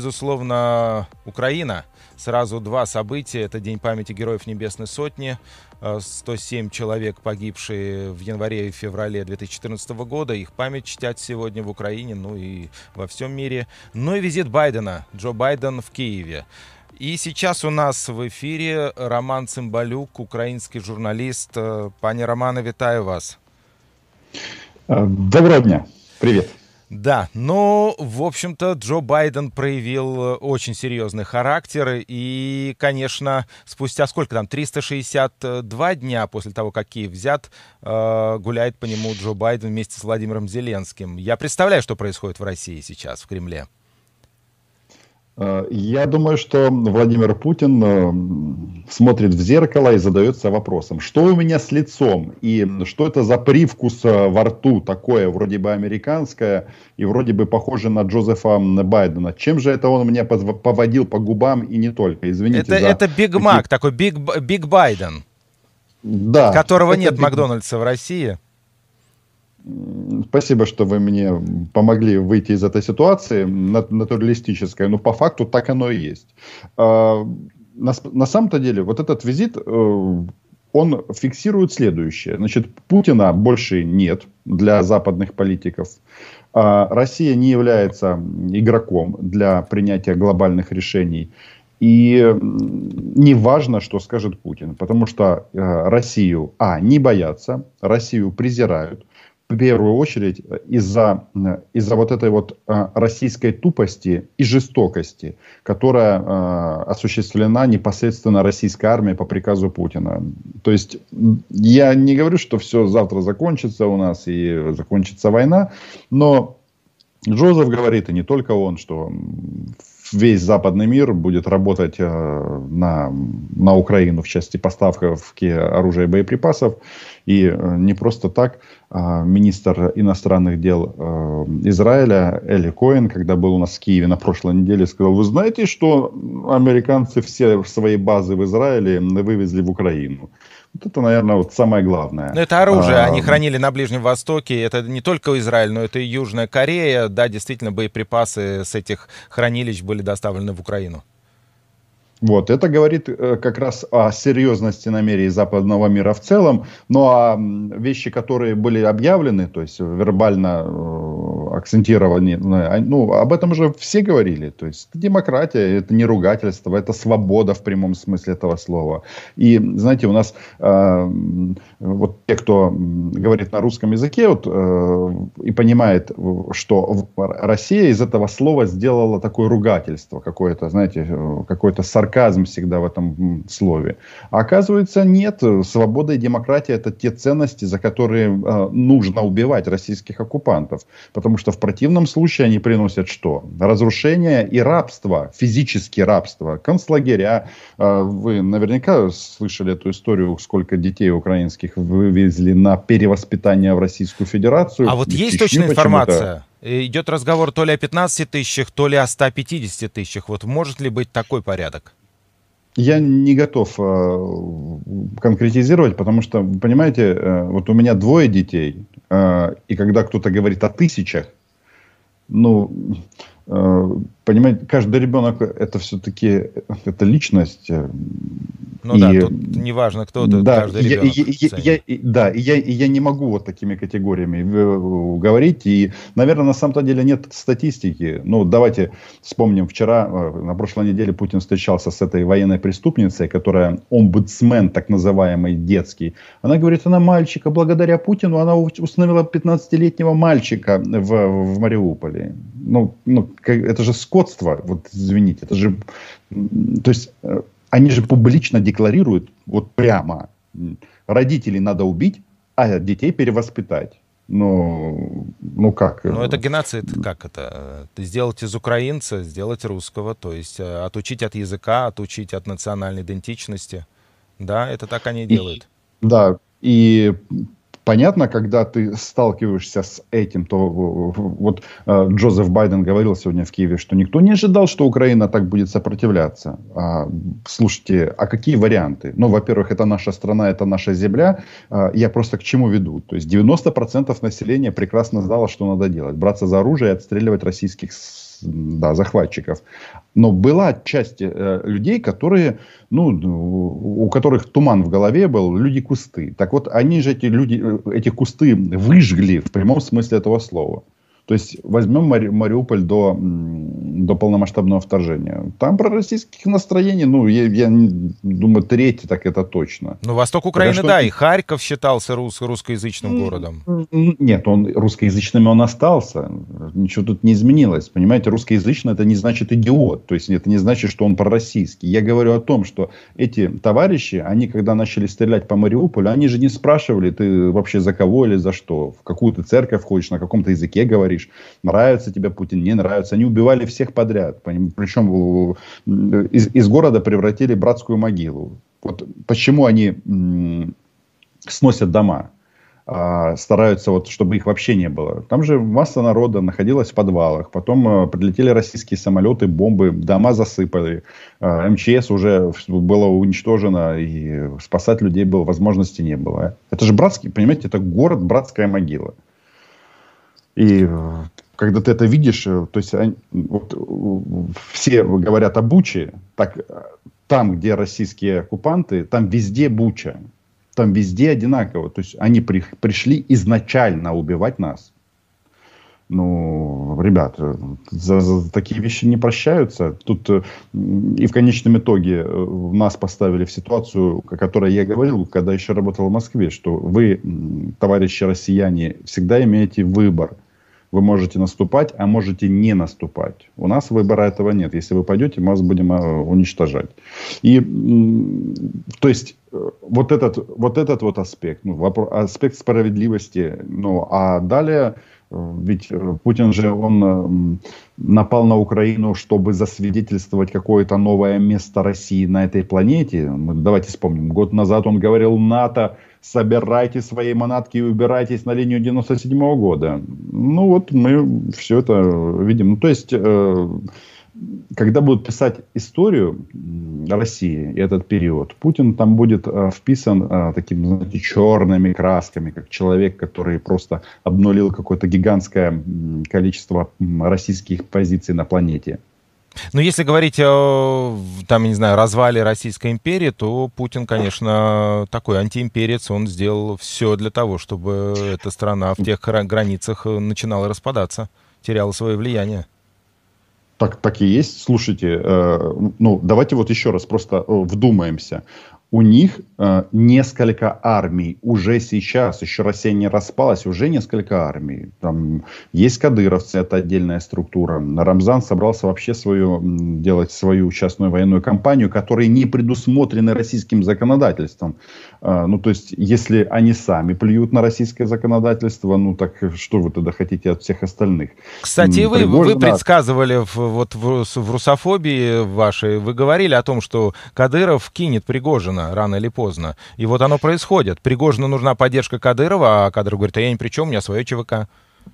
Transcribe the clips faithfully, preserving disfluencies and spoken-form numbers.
безусловно, Украина. Сразу два события. Это День памяти Героев Небесной Сотни. сто семь человек, погибшие в январе и феврале две тысячи четырнадцатого года. Их память чтят сегодня в Украине, ну и во всем мире. Ну и визит Байдена, Джо Байден в Киеве. И сейчас у нас в эфире Роман Цимбалюк, украинский журналист. Пане Романе, витаю вас. Доброго дня. Привет. Да, но, в общем-то, Джо Байден проявил очень серьезный характер. И, конечно, спустя сколько там, триста шестьдесят два дня после того, как Киев взят, гуляет по нему Джо Байден вместе с Владимиром Зеленским. Я представляю, что происходит в России сейчас, в Кремле. Я думаю, что Владимир Путин смотрит в зеркало и задается вопросом, что у меня с лицом и что это за привкус во рту такое, вроде бы американское и вроде бы похоже на Джозефа Байдена. Чем же это он меня поводил по губам и не только? Извините это, за... Это Биг Мак, такой Биг, Биг Байден, да, которого нет Big... Макдональдса в России. Спасибо, что вы мне помогли выйти из этой ситуации натуралистической. Но по факту так оно и есть. На, на самом-то деле, вот этот визит, он фиксирует следующее. Значит, Путина больше нет для западных политиков. Россия не является игроком для принятия глобальных решений. И не важно, что скажет Путин. Потому что Россию, а, не боятся, Россию презирают. В первую очередь из-за из-за вот этой вот а, российской тупости и жестокости, которая а, осуществлена непосредственно российской армией по приказу Путина. То есть я не говорю, что все завтра закончится у нас и закончится война, но Джозеф говорит, и не только он, что весь западный мир будет работать э, на, на Украину в части поставки оружия и боеприпасов. И э, не просто так э, министр иностранных дел э, Израиля Эли Коэн, когда был у нас в Киеве на прошлой неделе, сказал: вы знаете, что американцы все свои базы в Израиле вывезли в Украину? Вот это, наверное, вот самое главное. Но это оружие а, они хранили на Ближнем Востоке. Это не только Израиль, но это и Южная Корея. Да, действительно, боеприпасы с этих хранилищ были доставлены в Украину. Вот, это говорит э, как раз о серьезности намерений западного мира в целом. Ну, а вещи, которые были объявлены, то есть вербально э, акцентированы, ну, об этом уже все говорили. То есть это демократия, это не ругательство, это свобода в прямом смысле этого слова. И, знаете, у нас э, вот те, кто говорит на русском языке вот, э, и понимает, что Россия из этого слова сделала такое ругательство, какое-то, знаете, какое-то сарказм. Сарказм всегда в этом слове. А оказывается, нет. Свобода и демократия — это те ценности, за которые э, нужно убивать российских оккупантов. Потому что в противном случае они приносят что? Разрушение и рабство, физическое рабство, концлагеря. Э, вы наверняка слышали эту историю, сколько детей украинских вывезли на перевоспитание в Российскую Федерацию. А вот есть точная информация? Идет разговор то ли о пятнадцати тысячах, то ли о ста пятидесяти тысячах. Вот может ли быть такой порядок? Я не готов э, конкретизировать, потому что, понимаете, э, вот у меня двое детей, э, и когда кто-то говорит о тысячах, ну, э, понимаете, каждый ребенок — это все-таки это личность. Ну и, да, тут неважно, кто это, да, каждый я, ребенок. Я, я, я, да, и я, и я не могу вот такими категориями говорить. И, наверное, на самом-то деле нет статистики. Ну, давайте вспомним. Вчера, на прошлой неделе, Путин встречался с этой военной преступницей, которая омбудсмен, так называемый, детский. Она говорит, она мальчика, благодаря Путину, она установила пятнадцатилетнего мальчика в, в Мариуполе. Ну, ну, это же скотство. Вот, извините, это же... То есть... Они же публично декларируют, вот прямо, родителей надо убить, а детей перевоспитать. Ну, ну как? Ну это геноцид, как это? Сделать из украинца, сделать русского, то есть отучить от языка, отучить от национальной идентичности. Да, это так они и делают. И, да, и... Понятно, когда ты сталкиваешься с этим, то вот э, Джозеф Байден говорил сегодня в Киеве, что никто не ожидал, что Украина так будет сопротивляться. А, слушайте, а какие варианты? Ну, во-первых, это наша страна, это наша земля. А, я просто к чему веду? То есть девяносто процентов населения прекрасно знало, что надо делать. Браться за оружие и отстреливать российских да, захватчиков. Но была часть э, людей, которые, ну, у которых туман в голове был, люди-кусты. Так вот, они же, эти люди, эти кусты выжгли в прямом смысле этого слова. То есть, возьмем Мари, Мариуполь до, до полномасштабного вторжения. Там пророссийских настроений, ну, я, я думаю, треть, так это точно. Ну, восток Украины, да, и Харьков считался рус, русскоязычным городом. Нет, он русскоязычным он остался. Ничего тут не изменилось. Понимаете, русскоязычный это не значит идиот. То есть, это не значит, что он пророссийский. Я говорю о том, что эти товарищи, они, когда начали стрелять по Мариуполю, они же не спрашивали, ты вообще за кого или за что. В какую ты церковь ходишь, на каком-то языке говоришь. Нравится тебе Путин, не нравится. Они убивали всех подряд. Причем из, из города превратили братскую могилу. Вот почему они м, сносят дома, а, стараются, вот, чтобы их вообще не было. Там же масса народа находилась в подвалах. Потом а, прилетели российские самолеты, бомбы, дома засыпали. А, МЧС уже было уничтожено, и спасать людей было, возможности не было. Это же братский, понимаете, это город, братская могила. И когда ты это видишь, то есть они, вот, все говорят о Буче, так там, где российские оккупанты, там везде Буча, там везде одинаково. То есть они при, пришли изначально убивать нас. Ну, ребят, за, за такие вещи не прощаются. Тут и в конечном итоге нас поставили в ситуацию, о которой я говорил, когда еще работал в Москве, что вы, товарищи россияне, всегда имеете выбор. Вы можете наступать, а можете не наступать. У нас выбора этого нет. Если вы пойдете, мы вас будем уничтожать. И, то есть, вот этот вот, этот вот аспект, ну, вопрос, аспект справедливости. Ну, а далее, ведь Путин же, он напал на Украину, чтобы засвидетельствовать какое-то новое место России на этой планете. Давайте вспомним. Год назад он говорил: НАТО, собирайте свои манатки и убирайтесь на линию девяносто седьмого года. Ну вот мы все это видим. Ну, то есть, э, когда будут писать историю России и этот период, Путин там будет э, вписан э, такими, знаете, черными красками, как человек, который просто обнулил какое-то гигантское количество российских позиций на планете. Но если говорить о, там, я не знаю, развале Российской империи, то Путин, конечно, такой антиимперец. Он сделал все для того, чтобы эта страна в тех границах начинала распадаться, теряла свое влияние. Так, так и есть. Слушайте, э, ну, давайте вот еще раз просто вдумаемся. У них э, несколько армий уже сейчас, еще Россия не распалась, уже несколько армий. Там есть кадыровцы, это отдельная структура. Рамзан собрался вообще свою, делать свою частную военную кампанию, которая не предусмотрена российским законодательством. Э, ну, то есть, если они сами плюют на российское законодательство, ну, так что вы тогда хотите от всех остальных? Кстати, вы, вы предсказывали в, вот в, в русофобии вашей, вы говорили о том, что Кадыров кинет Пригожина рано или поздно. И вот оно происходит. Пригожину нужна поддержка Кадырова, а Кадыров говорит: а я ни при чем, у меня свое ЧВК.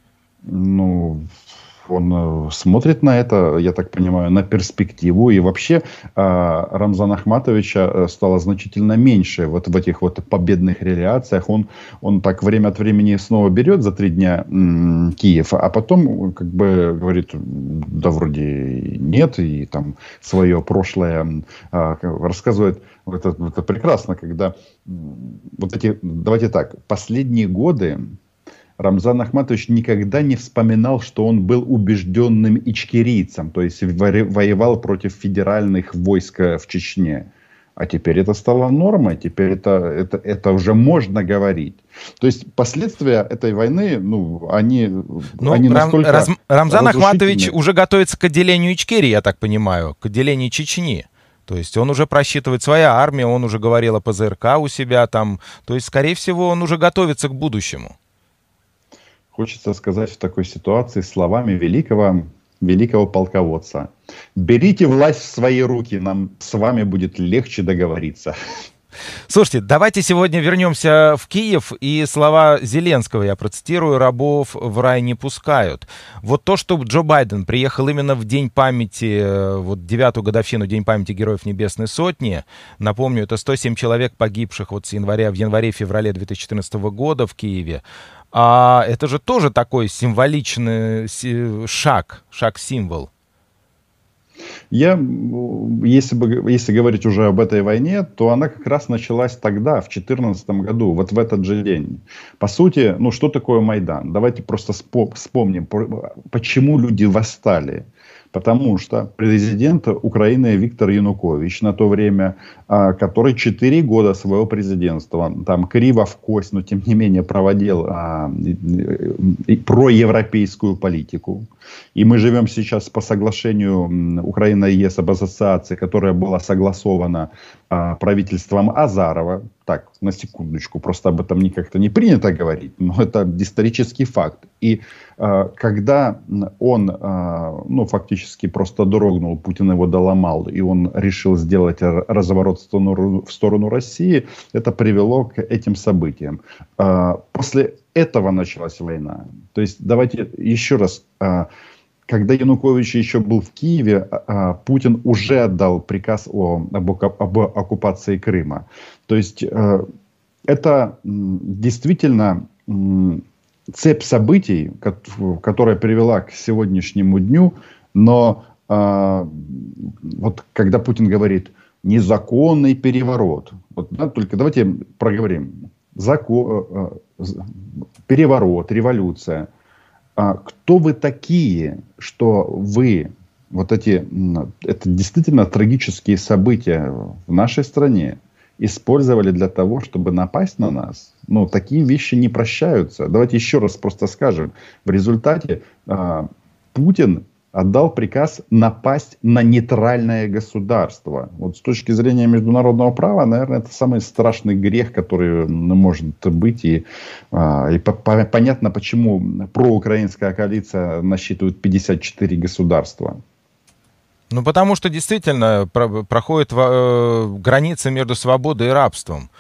Ну, он смотрит на это, я так понимаю, на перспективу. И вообще Рамзана Ахматовича стало значительно меньше вот в этих вот победных реляциях. Он, он так время от времени снова берет за три дня м, Киев, а потом как бы говорит: да вроде нет, и там свое прошлое а, рассказывает. Это, это прекрасно, когда вот эти, давайте так, последние годы Рамзан Ахматович никогда не вспоминал, что он был убежденным ичкерийцем, то есть воевал против федеральных войск в Чечне. А теперь это стало нормой, теперь это, это, это уже можно говорить. То есть последствия этой войны, ну, они, ну, они настолько Рам, Рамзан Ахматович уже готовится к отделению Ичкерии, я так понимаю, к отделению Чечни. То есть он уже просчитывает своя армия, он уже говорил о ПЗРК у себя там. То есть, скорее всего, он уже готовится к будущему. Хочется сказать в такой ситуации словами великого, великого полководца: берите власть в свои руки, нам с вами будет легче договориться. Слушайте, давайте сегодня вернемся в Киев, и слова Зеленского я процитирую: «Рабов в рай не пускают». Вот то, что Джо Байден приехал именно в день памяти, вот девятую годовщину День памяти Героев Небесной Сотни, напомню, это сто семь человек, погибших вот с января, в январе-феврале две тысячи четырнадцатого года в Киеве. А это же тоже такой символичный шаг, шаг-символ. Я, если, бы, если говорить уже об этой войне, то она как раз началась тогда, в две тысячи четырнадцатом году, вот в этот же день. По сути, ну что такое Майдан? Давайте просто вспомним, почему люди восстали. Потому что президент Украины Виктор Янукович на то время, который четыре года своего президентства, там криво в кость, но тем не менее проводил а, проевропейскую политику. И мы живем сейчас по соглашению Украины и ЕС об ассоциации, которое было согласовано а, правительством Азарова. Так, на секундочку, просто об этом как-то не принято говорить, но это исторический факт. И э, когда он, э, ну, фактически просто дрогнул, Путин его доломал, и он решил сделать разворот в сторону, в сторону России, это привело к этим событиям. Э, после этого началась война. То есть, давайте еще раз... Э, Когда Янукович еще был в Киеве, Путин уже отдал приказ о, об, об оккупации Крыма. То есть это действительно цепь событий, которая привела к сегодняшнему дню. Но вот когда Путин говорит «незаконный переворот», вот, да, только давайте проговорим. Закон, переворот, революция. Кто вы такие, что вы, вот эти, это действительно трагические события в нашей стране, использовали для того, чтобы напасть на нас? Ну, такие вещи не прощаются. Давайте еще раз просто скажем. В результате а, Путин отдал приказ напасть на нейтральное государство. Вот с точки зрения международного права, наверное, это самый страшный грех, который может быть. И, а, и по, по, понятно, почему проукраинская коалиция насчитывает пятьдесят четыре государства. Ну, потому что действительно про, проходит э, граница между свободой и рабством.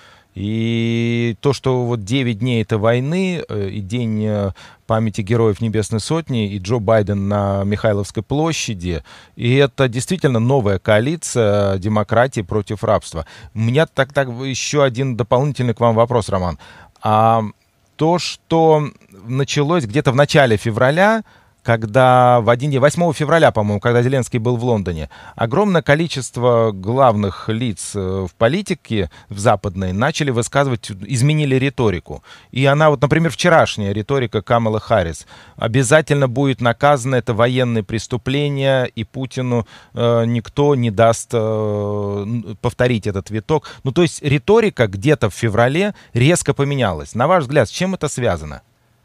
И то, что вот девять дней этой войны, э, и День э, памяти героев Небесной Сотни, и Джо Байден на Михайловской площади, и это действительно новая коалиция демократии против рабства. У меня так, так еще один дополнительный к вам вопрос, Роман. А то, что началось где-то в начале февраля, когда в один день, восьмого февраля, по-моему, когда Зеленский был в Лондоне, огромное количество главных лиц в политике в западной начали высказывать, изменили риторику. И она, вот, например, вчерашняя риторика Камалы Харрис. Обязательно будет наказано, это военные преступления, и Путину э, никто не даст э, повторить этот виток. Ну, то есть риторика где-то в феврале резко поменялась. На ваш взгляд, с чем это связано?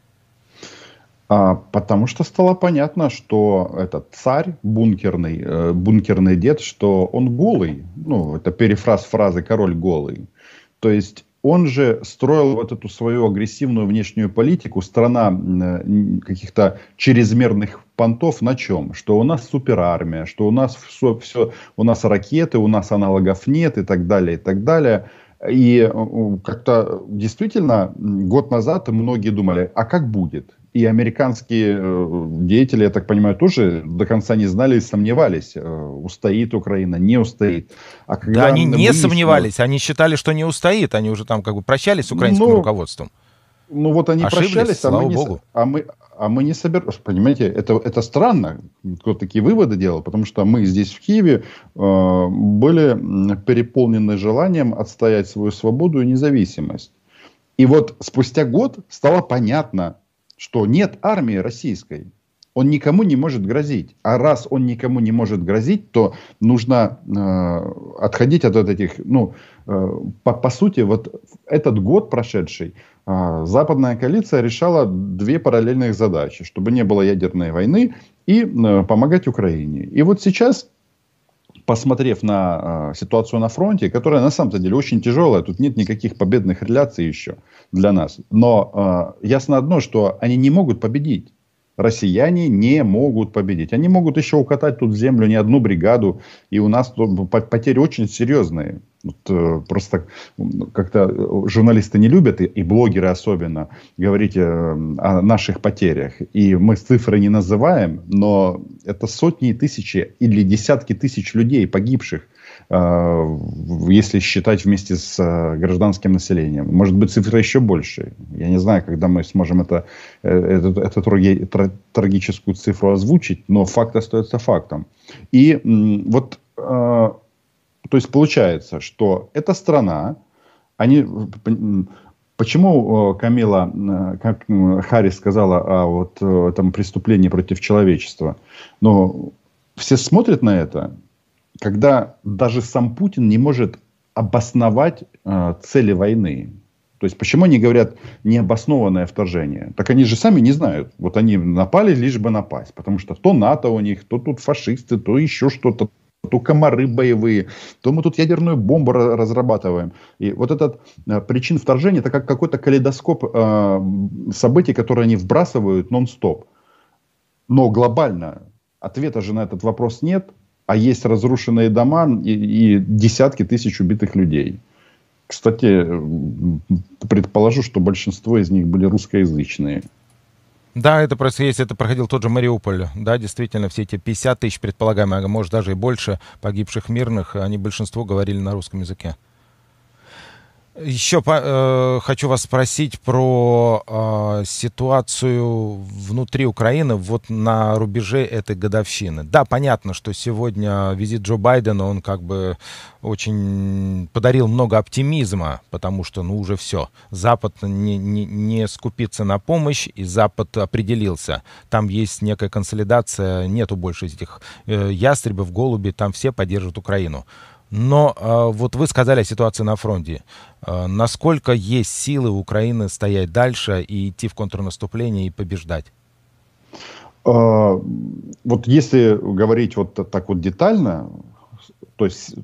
А, потому что стало понятно, что этот царь, бункерный, э, бункерный дед, что он голый. Ну, это перефраз фразы «король голый». То есть он же строил вот эту свою агрессивную внешнюю политику, страна э, каких-то чрезмерных понтов на чем? Что у нас суперармия, что у нас все, все, у нас ракеты, у нас аналогов нет и так далее, и так далее. И как-то действительно год назад многие думали, а как будет? И американские деятели, я так понимаю, тоже до конца не знали и сомневались, устоит Украина, не устоит. А когда да, они не выяснилось... сомневались, они считали, что не устоит, они уже там как бы прощались с украинским ну, руководством. Ну вот они Ошиблись, прощались, а мы, не, а, мы, а мы не собираемся. Понимаете, это, это странно, кто такие выводы делал, потому что мы здесь в Киеве э, были переполнены желанием отстоять свою свободу и независимость. И вот спустя год стало понятно, что нет армии российской. Он никому не может грозить. А раз он никому не может грозить, то нужно э, отходить от этих... Ну, э, по, по сути, вот этот год прошедший, э, западная коалиция решала две параллельных задачи. Чтобы не было ядерной войны и э, помогать Украине. И вот сейчас, посмотрев на э, ситуацию на фронте, которая на самом деле очень тяжелая, тут нет никаких победных реляций еще для нас. Но э, ясно одно, что они не могут победить. Россияне не могут победить. Они могут еще укатать тут в землю не одну бригаду. И у нас потери очень серьезные. Вот, э, просто как-то журналисты не любят, и, и блогеры особенно, говорить э, о наших потерях. И мы цифры не называем, но это сотни тысячи или десятки тысяч людей, погибших, э, если считать вместе с э, гражданским населением. Может быть, цифра еще больше. Я не знаю, когда мы сможем это, э, эту, эту траги, тра, трагическую цифру озвучить, но факт остается фактом. И э, вот... Э, То есть получается, что эта страна, они, почему Камила, как Харрис сказала о вот этом преступлении против человечества, но все смотрят на это, когда даже сам Путин не может обосновать э, цели войны. То есть почему они говорят необоснованное вторжение? Так они же сами не знают. Вот они напали, лишь бы напасть, потому что то НАТО у них, то тут фашисты, то еще что-то. То комары боевые, то мы тут ядерную бомбу разрабатываем. И вот этот э, причин вторжения, это как какой-то калейдоскоп э, событий, которые они вбрасывают нон-стоп. Но глобально ответа же на этот вопрос нет, а есть разрушенные дома и, и десятки тысяч убитых людей. Кстати, предположу, что большинство из них были русскоязычные. Да, это просто если это проходил тот же Мариуполь, да, действительно, все эти пятьдесят тысяч, предполагаемо, а может даже и больше погибших мирных, они большинство говорили на русском языке. Еще э, хочу вас спросить про э, ситуацию внутри Украины вот на рубеже этой годовщины. Да, понятно, что сегодня визит Джо Байдена, он как бы очень подарил много оптимизма, потому что, ну, уже все. Запад не, не, не скупится на помощь, и Запад определился. Там есть некая консолидация, нету больше этих э, ястребов, голубей, там все поддерживают Украину. Но э, вот вы сказали о ситуации на фронте. Э, насколько есть силы у Украины стоять дальше и идти в контрнаступление и побеждать? Э, вот если говорить вот так вот детально, то есть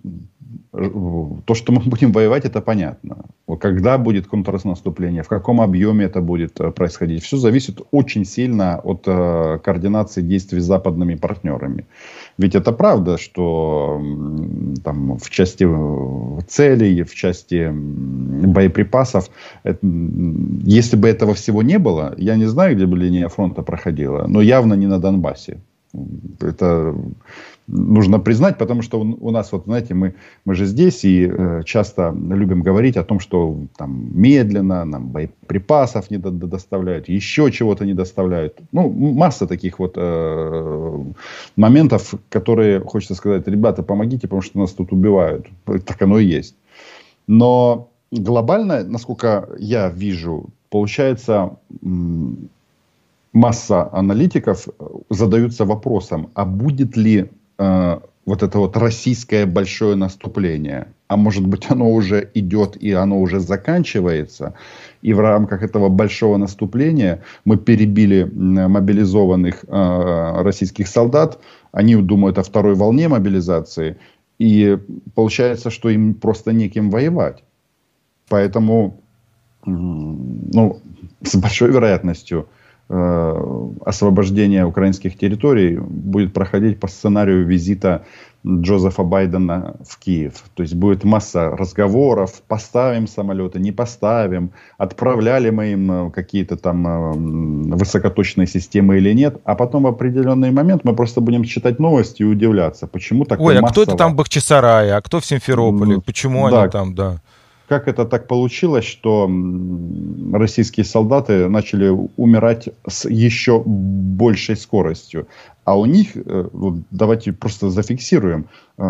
то, что мы будем воевать, это понятно. Когда будет контрнаступление, в каком объеме это будет происходить, все зависит очень сильно от э, координации действий с западными партнерами. Ведь это правда, что там, в части целей, в части боеприпасов, это, если бы этого всего не было, я не знаю, где бы линия фронта проходила, но явно не на Донбассе. Это нужно признать, потому что у нас, вот знаете, мы, мы же здесь и э, часто любим говорить о том, что там медленно, нам боеприпасов не до- доставляют, еще чего-то не доставляют. Ну, масса таких вот э, моментов, которые, хочется сказать, ребята, помогите, потому что нас тут убивают. Так оно и есть. Но глобально, насколько я вижу, получается... М- масса аналитиков задаются вопросом, а будет ли э, вот это вот российское большое наступление, а может быть оно уже идет и оно уже заканчивается, и в рамках этого большого наступления мы перебили мобилизованных э, российских солдат, они думают о второй волне мобилизации, и получается, что им просто неким воевать. Поэтому, э, ну, с большой вероятностью, освобождение украинских территорий будет проходить по сценарию визита Джозефа Байдена в Киев. То есть будет масса разговоров, поставим самолеты, не поставим, отправляли мы им какие-то там высокоточные системы или нет. А потом в определенный момент мы просто будем читать новости и удивляться, почему так массово... Ой, а кто это там в Бахчисарае, а кто в Симферополе, почему да. они там, да... Как это так получилось, что российские солдаты начали умирать с еще большей скоростью? А у них, вот давайте просто зафиксируем,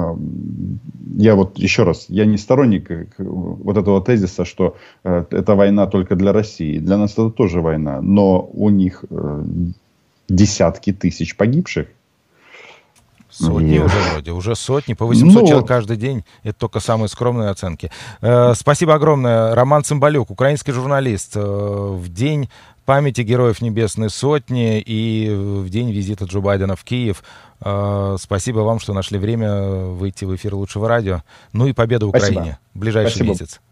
я вот еще раз, я не сторонник вот этого тезиса, что это война только для России. Для нас это тоже война, но у них десятки тысяч погибших. Сотни Нет. уже вроде, уже сотни, по восемьсот ну, человек каждый день. Это только самые скромные оценки. Э, спасибо огромное. Роман Цымбалюк, украинский журналист. Э, в день памяти Героев Небесной Сотни и в день визита Джо Байдена в Киев. Э, спасибо вам, что нашли время выйти в эфир Лучшего радио. Ну и победа Украине спасибо. в ближайший спасибо. месяц.